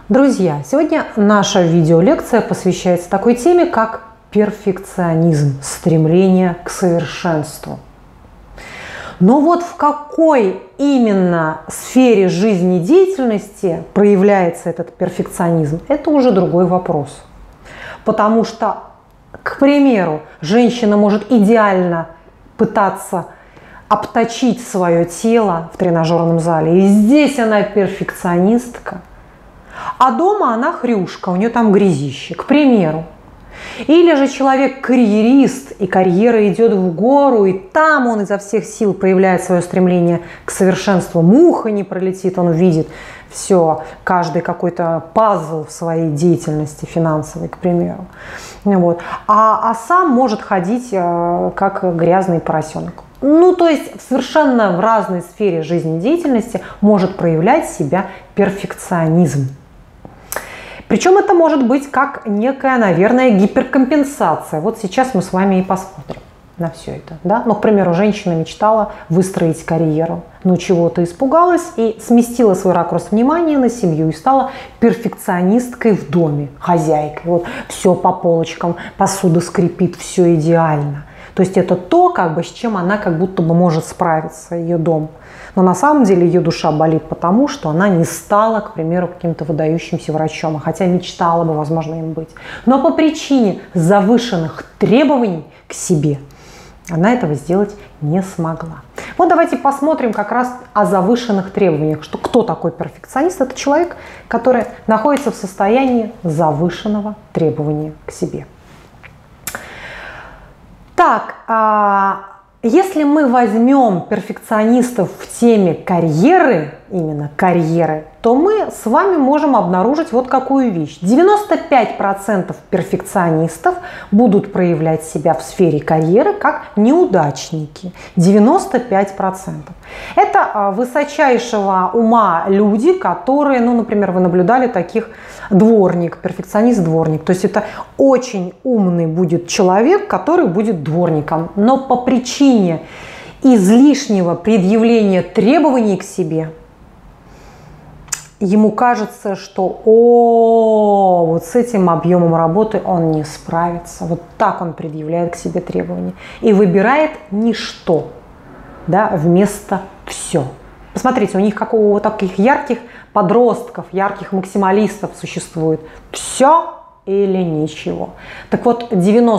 Друзья, сегодня наша видеолекция посвящается такой теме, как перфекционизм, стремление к совершенству. Но вот в какой именно сфере жизнедеятельности проявляется этот перфекционизм, это уже другой вопрос. Потому что, к примеру, женщина может идеально пытаться обточить свое тело в тренажерном зале, и здесь она перфекционистка, а дома она хрюшка, у нее там грязище, к примеру. Или же человек карьерист, и карьера идет в гору, и там он изо всех сил проявляет свое стремление к совершенству. Муха не пролетит, он увидит все, каждый какой-то пазл в своей деятельности финансовой, к примеру. Вот. А сам может ходить как грязный поросенок. Ну, то есть совершенно в разной сфере жизнедеятельности может проявлять себя перфекционизм. Причем это может быть как некая, наверное, гиперкомпенсация. Вот сейчас мы с вами и посмотрим на все это. Да? Ну, к примеру, женщина мечтала выстроить карьеру, но чего-то испугалась и сместила свой ракурс внимания на семью и стала перфекционисткой в доме, хозяйкой. Вот все по полочкам, посуда скрипит, все идеально. То есть это то, с чем она как будто бы может справиться, ее дом. Но на самом деле ее душа болит потому, что она не стала, к примеру, каким-то выдающимся врачом, хотя мечтала бы, возможно, им быть. Но по причине завышенных требований к себе она этого сделать не смогла. Вот давайте посмотрим как раз о завышенных требованиях. Что кто такой перфекционист? Это человек, который находится в состоянии завышенного требования к себе. Так, если мы возьмем перфекционистов в теме карьеры, именно карьеры, то мы с вами можем обнаружить вот какую вещь. 95% перфекционистов будут проявлять себя в сфере карьеры как неудачники. 95%. Это высочайшего ума люди, которые, например, вы наблюдали таких дворник, перфекционист-дворник. То есть это очень умный будет человек, который будет дворником. Но по причине излишнего предъявления требований к себе, ему кажется, что вот с этим объемом работы он не справится. Вот так он предъявляет к себе требования. И выбирает ничто, да, вместо все. Посмотрите, у них как у таких ярких подростков, ярких максималистов существует все или ничего. Так вот,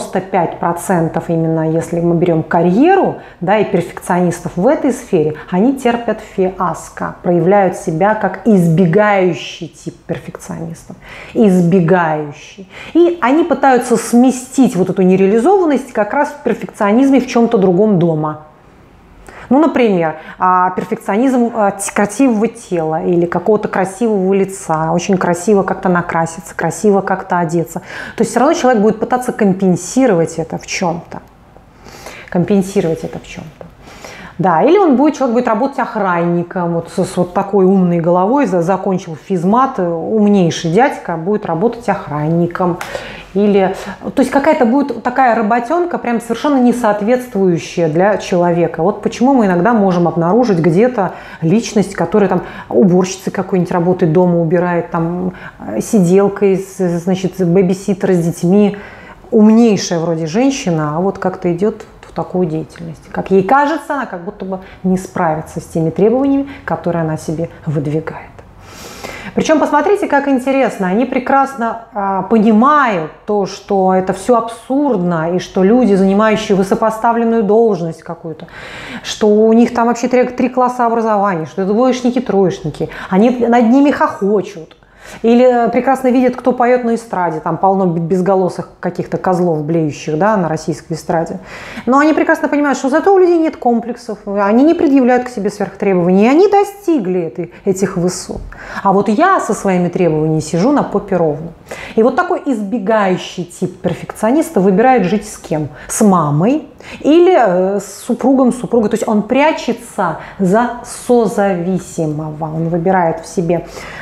95% именно, если мы берем карьеру, да, и перфекционистов в этой сфере, они терпят фиаско, проявляют себя как избегающий тип перфекционистов. Избегающий. И они пытаются сместить вот эту нереализованность как раз в перфекционизме в чем-то другом дома. Ну, например, перфекционизм красивого тела или какого-то красивого лица, очень красиво как-то накраситься, красиво как-то одеться. То есть все равно человек будет пытаться компенсировать это в чем-то. Компенсировать это в чем-то. Да, или человек будет работать охранником, вот с вот такой умной головой, закончил физмат, умнейший дядька, будет работать охранником. Или, то есть какая-то будет такая работенка, прям совершенно не соответствующая для человека. Вот почему мы иногда можем обнаружить где-то личность, которая там уборщицей какой-нибудь работает, дома убирает, там сиделкой, значит, бэбиситер с детьми, умнейшая вроде женщина, а вот как-то идет в такую деятельность. Как ей кажется, она как будто бы не справится с теми требованиями, которые она себе выдвигает. Причем посмотрите, как интересно, они прекрасно понимают то, что это все абсурдно, и что люди, занимающие высокопоставленную должность какую-то, что у них там вообще 3 класса образования, что это двоечники, троечники, они над ними хохочут. Или прекрасно видят, кто поет на эстраде, там полно безголосых каких-то козлов блеющих, да, на российской эстраде. Но они прекрасно понимают, что зато у людей нет комплексов, они не предъявляют к себе сверхтребований, и они достигли этих высот. А вот я со своими требованиями сижу на попе ровно. И вот такой избегающий тип перфекциониста выбирает жить с кем? С мамой или с супругом, супругой. То есть он прячется за созависимого. Он выбирает в себе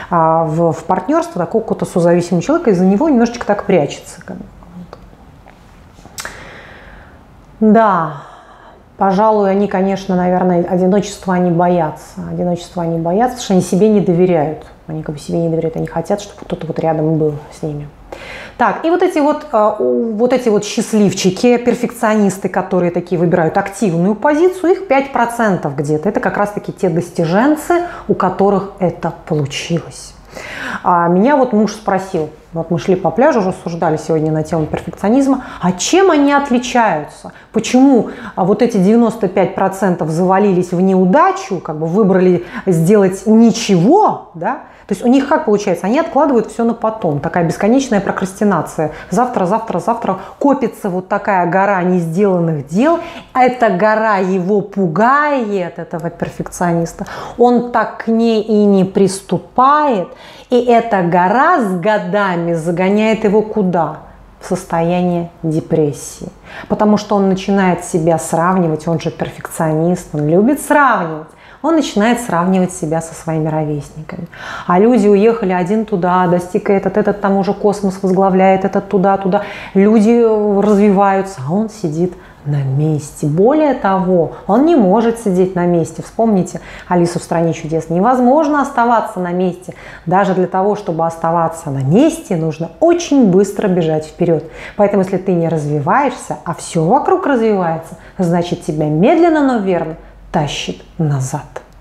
в партнерство такого какого-то созависимого человека, и за него немножечко так прячется. Да. Пожалуй, они, конечно, наверное, одиночества они боятся. Одиночества они боятся, потому что они себе не доверяют. Они как бы себе не доверяют, они хотят, чтобы кто-то вот рядом был с ними. Так, и вот эти вот счастливчики, перфекционисты, которые такие выбирают активную позицию, их 5% где-то. Это как раз-таки те достиженцы, у которых это получилось. Меня вот муж спросил, вот мы шли по пляжу, рассуждали сегодня на тему перфекционизма, а чем они отличаются? Почему вот эти 95% завалились в неудачу, как бы выбрали сделать ничего, да? То есть у них как получается? Они откладывают все на потом. Такая бесконечная прокрастинация. Завтра, завтра, завтра копится вот такая гора несделанных дел. А эта гора его пугает, этого перфекциониста. Он так к ней и не приступает. И эта гора с годами загоняет его куда? В состояние депрессии. Потому что он начинает себя сравнивать. Он же перфекционист, он любит сравнивать. Он начинает сравнивать себя со своими ровесниками. А люди уехали один туда, достиг этот там уже космос возглавляет, этот туда. Люди развиваются, а он сидит на месте. Более того, он не может сидеть на месте. Вспомните «Алису в стране чудес». Невозможно оставаться на месте. Даже для того, чтобы оставаться на месте, нужно очень быстро бежать вперед. Поэтому, если ты не развиваешься, а все вокруг развивается, значит, тебя медленно, но верно тащит назад.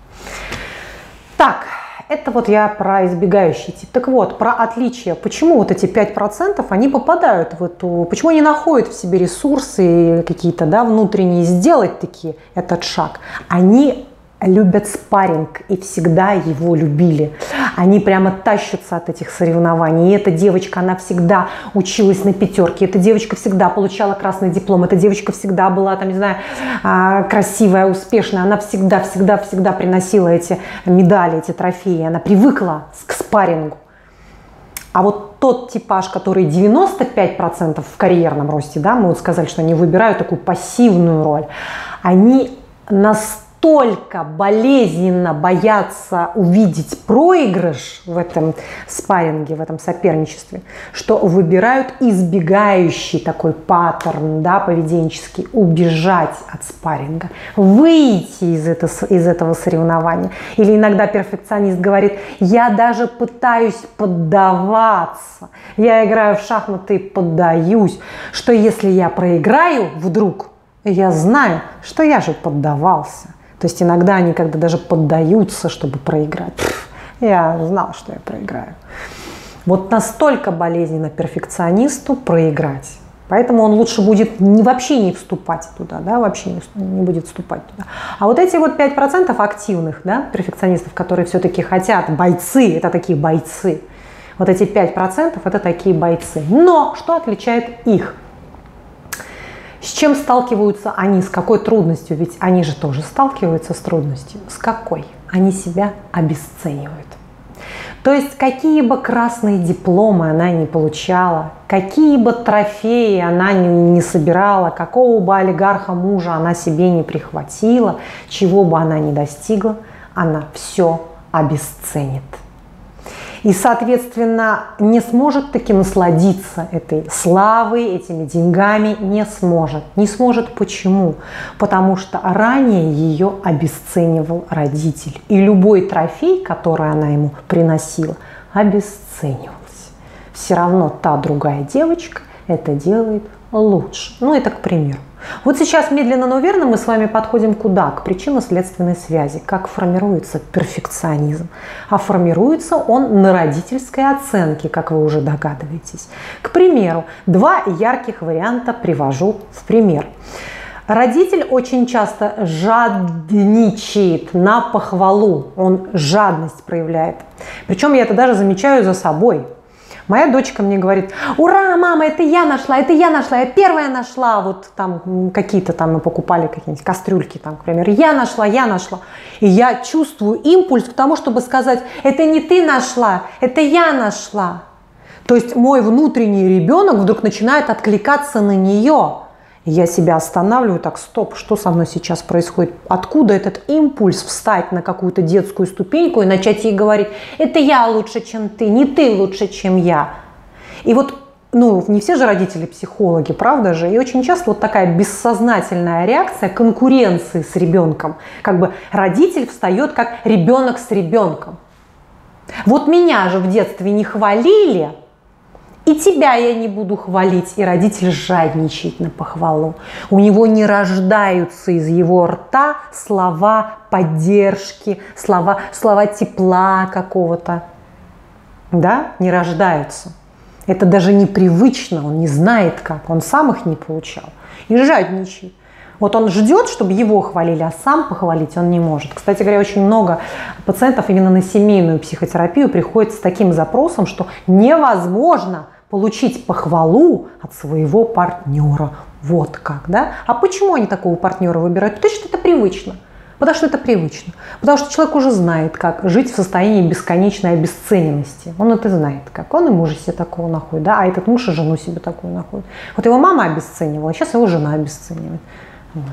Так, это вот я про избегающий тип. Так вот, про отличия. Почему вот эти 5% они попадают в эту... Почему они находят в себе ресурсы какие-то, да, внутренние сделать такие, этот шаг? Они любят спарринг и всегда его любили. Они прямо тащатся от этих соревнований. И эта девочка, она всегда училась на пятерке. Эта девочка всегда получала красный диплом. Эта девочка всегда была, там, не знаю, красивая, успешная. Она всегда приносила эти медали, эти трофеи. Она привыкла к спаррингу. А вот тот типаж, который 95% в карьерном росте, да, мы вот сказали, что они выбирают такую пассивную роль, они настолько болезненно боятся увидеть проигрыш в этом спарринге, в этом соперничестве, что выбирают избегающий такой паттерн, да, поведенческий, убежать от спарринга, выйти из этого соревнования. Или иногда перфекционист говорит: я даже пытаюсь поддаваться, я играю в шахматы и поддаюсь, что если я проиграю вдруг, я знаю, что я же поддавался. То есть иногда они когда даже поддаются, чтобы проиграть. Я знал, что я проиграю. Вот настолько болезненно перфекционисту проиграть. Поэтому он лучше будет вообще не вступать туда, да, вообще не будет вступать туда. А вот эти вот 5% активных, да, перфекционистов, которые все-таки хотят, бойцы, это такие бойцы. Вот эти 5% это такие бойцы. Но что отличает их? С чем сталкиваются они, с какой трудностью? Ведь они же тоже сталкиваются с трудностью. С какой? Они себя обесценивают. То есть какие бы красные дипломы она не получала, какие бы трофеи она не собирала, какого бы олигарха мужа она себе не прихватила, чего бы она ни достигла, она все обесценит. И, соответственно, не сможет таки насладиться этой славой, этими деньгами, не сможет. Не сможет почему? Потому что ранее ее обесценивал родитель. И любой трофей, который она ему приносила, обесценивался. Все равно та другая девочка это делает лучше. Ну, это к примеру. Вот сейчас медленно, но верно мы с вами подходим куда? К причинно-следственной связи. Как формируется перфекционизм? А формируется он на родительской оценке, как вы уже догадываетесь. К примеру, два ярких варианта привожу в пример. Родитель очень часто жадничает на похвалу. Он жадность проявляет. Причем я это даже замечаю за собой. Моя дочка мне говорит: ура, мама, это я нашла, я первая нашла. Вот там какие-то там мы покупали какие-нибудь кастрюльки, там, к примеру, я нашла. И я чувствую импульс к тому, чтобы сказать: это не ты нашла, это я нашла. То есть мой внутренний ребенок вдруг начинает откликаться на нее. Я себя останавливаю, так, стоп, что со мной сейчас происходит? Откуда этот импульс встать на какую-то детскую ступеньку и начать ей говорить: это я лучше, чем ты, не ты лучше, чем я. И вот ну, не все же родители психологи, правда же? И очень часто вот такая бессознательная реакция конкуренции с ребенком. Как бы родитель встает как ребенок с ребенком. Вот меня же в детстве не хвалили, и тебя я не буду хвалить. И родитель жадничает на похвалу. У него не рождаются из его рта слова поддержки, слова тепла какого-то. Да, не рождаются. Это даже непривычно, он не знает как, он сам их не получал. И жадничает. Вот он ждет, чтобы его хвалили, а сам похвалить он не может. Кстати говоря, очень много пациентов именно на семейную психотерапию приходят с таким запросом, что невозможно получить похвалу от своего партнера. Вот как, да? А почему они такого партнера выбирают? Потому что это привычно. Потому что это привычно. Потому что человек уже знает, как жить в состоянии бесконечной обесцененности. Он это знает, как. Он и мужа себе такого находит, да, а этот муж и жену себе такую находит. Вот его мама обесценивала, сейчас его жена обесценивает. Вот.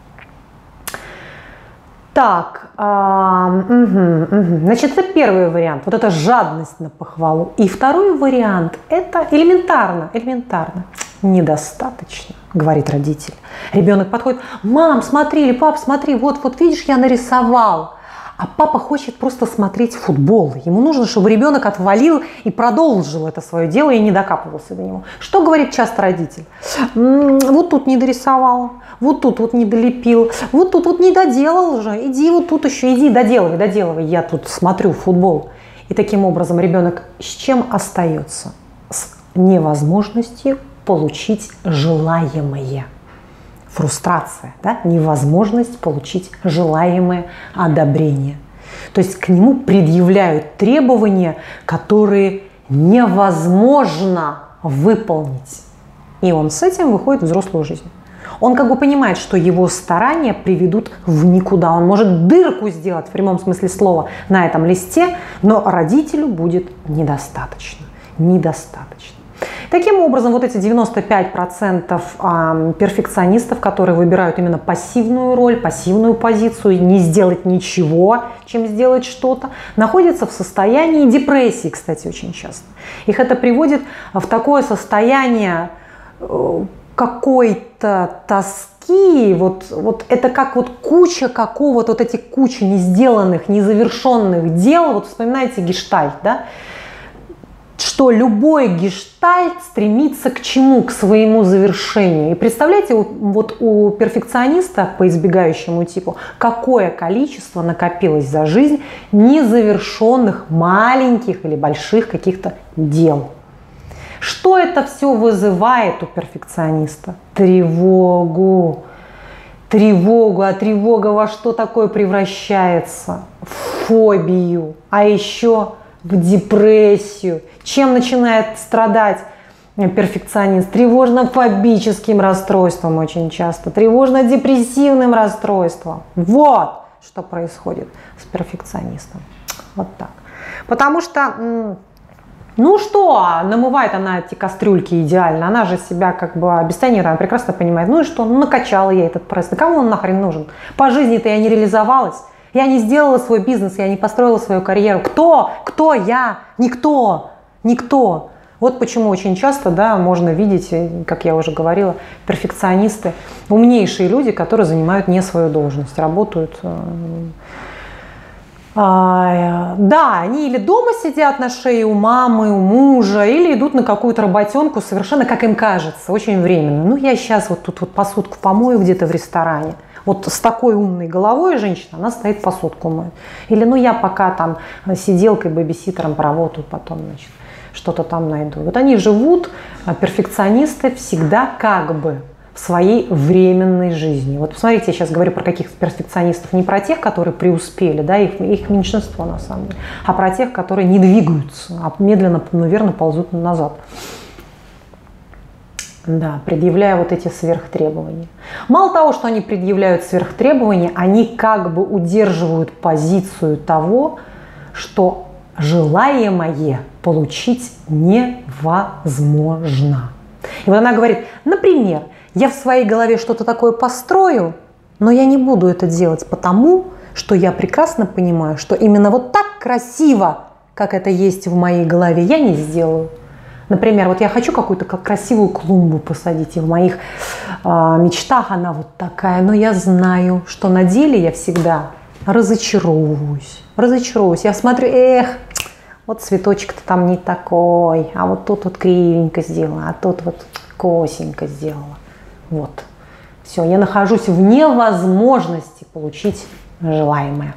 Так, значит, это первый вариант, вот это жадность на похвалу. И второй вариант, это элементарно, недостаточно, говорит родитель. Ребенок подходит: мам, смотри, или пап, смотри, вот видишь, я нарисовал. А папа хочет просто смотреть футбол. Ему нужно, чтобы ребенок отвалил и продолжил это свое дело и не докапывался до него. Что говорит часто родитель? Вот тут не дорисовал, вот тут вот не долепил, вот тут вот не доделал же. Иди вот тут еще, иди, доделывай, я тут смотрю футбол. И таким образом ребенок с чем остается? С невозможностью получить желаемое. Фрустрация, да? Невозможность получить желаемое одобрение. То есть к нему предъявляют требования, которые невозможно выполнить. И он с этим выходит в взрослую жизнь. Он как бы понимает, что его старания приведут в никуда. Он может дырку сделать в прямом смысле слова на этом листе, но родителю будет недостаточно. Таким образом, вот эти 95% перфекционистов, которые выбирают именно пассивную роль, пассивную позицию, не сделать ничего, чем сделать что-то, находятся в состоянии депрессии, кстати, очень часто. Их это приводит в такое состояние какой-то тоски, вот это как вот куча какого-то, вот эти кучи несделанных, незавершенных дел, вот вспоминайте гештальт, да? Что любой гештальт стремится к чему? К своему завершению. И представляете, вот у перфекциониста по избегающему типу какое количество накопилось за жизнь незавершенных маленьких или больших каких-то дел. Что это все вызывает у перфекциониста? Тревогу. А тревога во что такое превращается? В фобию. А еще в депрессию. Чем начинает страдать перфекционист? Тревожно-фобическим расстройством очень часто, тревожно-депрессивным расстройством. Вот что происходит с перфекционистом. Вот так. Потому что, ну что, намывает она эти кастрюльки идеально, она же себя как бы обесценивает, она прекрасно понимает, ну и что, накачала я этот пресс, да кому он нахрен нужен? По жизни-то я не реализовалась. Я не сделала свой бизнес, я не построила свою карьеру. Кто? Кто я? Никто. Вот почему очень часто, да, можно видеть, как я уже говорила, перфекционисты, умнейшие люди, которые занимают не свою должность, работают. Да, они или дома сидят на шее у мамы, у мужа, или идут на какую-то работенку совершенно, как им кажется, очень временно. Ну, я сейчас вот тут вот посудку помою где-то в ресторане. Вот с такой умной головой женщина, она стоит посудку моет. Или, ну, я пока там сиделкой, бэбиситером поработаю, потом, значит, что-то там найду. Вот они живут, перфекционисты, всегда как бы в своей временной жизни. Вот посмотрите, я сейчас говорю про каких перфекционистов, не про тех, которые преуспели, да, их меньшинство на самом деле, а про тех, которые не двигаются, а медленно, но верно ползут назад. Да, предъявляя вот эти сверхтребования. Мало того, что они предъявляют сверхтребования, они как бы удерживают позицию того, что желаемое получить невозможно. И вот она говорит, например, я в своей голове что-то такое построю, но я не буду это делать потому, что я прекрасно понимаю, что именно вот так красиво, как это есть в моей голове, я не сделаю. Например, вот я хочу какую-то красивую клумбу посадить, и в моих мечтах она вот такая, но я знаю, что на деле я всегда разочаровываюсь. Я смотрю, вот цветочек-то там не такой, а вот тут вот кривенько сделала, а тут вот косенько сделала. Вот. Все, я нахожусь в невозможности получить желаемое.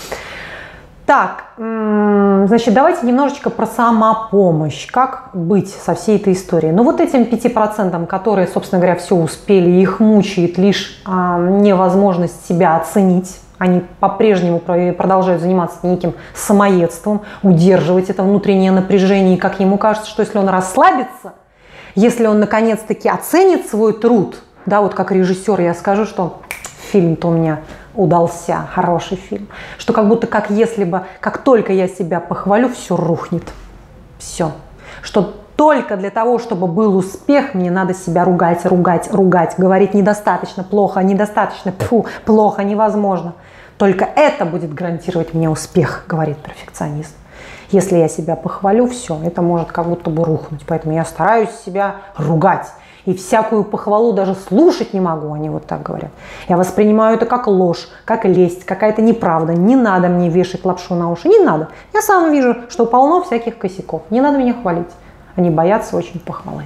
Так, значит, давайте немножечко про самопомощь. Как быть со всей этой историей? Ну, вот этим 5%, которые, собственно говоря, все успели, их мучает лишь невозможность себя оценить. Они по-прежнему продолжают заниматься неким самоедством, удерживать это внутреннее напряжение. И как ему кажется, что если он расслабится, если он наконец-таки оценит свой труд, да, вот как режиссер я скажу, что фильм-то у меня удался, хороший фильм, что как будто как если бы, как только я себя похвалю, все рухнет. Все. Что только для того, чтобы был успех, мне надо себя ругать, говорить недостаточно, плохо, недостаточно, плохо, невозможно. Только это будет гарантировать мне успех, говорит перфекционист. Если я себя похвалю, все, это может как будто бы рухнуть. Поэтому я стараюсь себя ругать. И всякую похвалу даже слушать не могу, они вот так говорят. Я воспринимаю это как ложь, как лесть, какая-то неправда. Не надо мне вешать лапшу на уши, не надо. Я сам вижу, что полно всяких косяков. Не надо меня хвалить. Они боятся очень похвалы.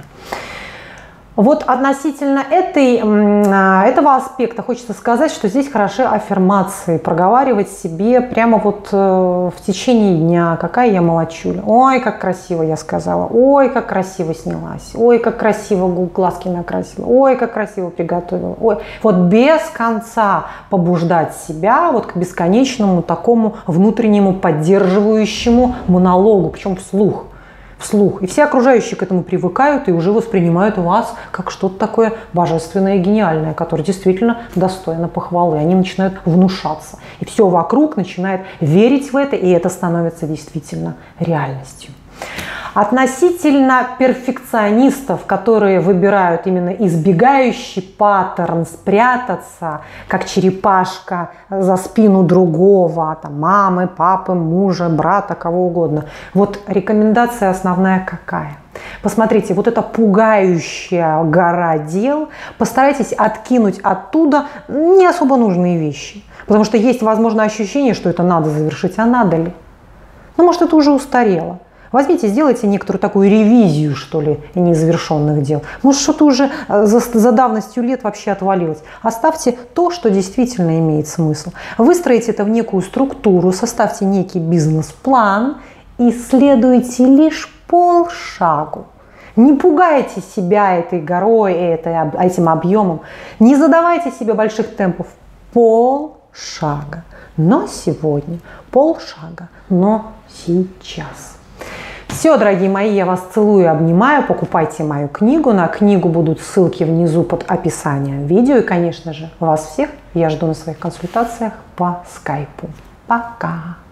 Вот относительно этого аспекта хочется сказать, что здесь хороши аффирмации, проговаривать себе прямо вот в течение дня, какая я молодчуля, ой, как красиво я сказала, ой, как красиво снялась, ой, как красиво глазки накрасила, ой, как красиво приготовила, ой. Вот без конца побуждать себя вот к бесконечному такому внутреннему поддерживающему монологу, причем вслух. И все окружающие к этому привыкают и уже воспринимают вас как что-то такое божественное и гениальное, которое действительно достойно похвалы. Они начинают внушаться. И все вокруг начинает верить в это, и это становится действительно реальностью. Относительно перфекционистов, которые выбирают именно избегающий паттерн, спрятаться, как черепашка за спину другого, там, мамы, папы, мужа, брата, кого угодно. Вот рекомендация основная какая? Посмотрите, вот эта пугающая гора дел, постарайтесь откинуть оттуда не особо нужные вещи. Потому что есть, возможно, ощущение, что это надо завершить, а надо ли? Ну, может, это уже устарело. Возьмите, сделайте некоторую такую ревизию, что ли, незавершенных дел. Может, что-то уже за давностью лет вообще отвалилось. Оставьте то, что действительно имеет смысл. Выстроите это в некую структуру, составьте некий бизнес-план и следуйте лишь полшагу. Не пугайте себя этой горой, этим объемом. Не задавайте себе больших темпов. Полшага. Но сегодня. Полшага. Но сейчас. Все, дорогие мои, я вас целую и обнимаю. Покупайте мою книгу. На книгу будут ссылки внизу под описанием видео. И, конечно же, вас всех я жду на своих консультациях по скайпу. Пока!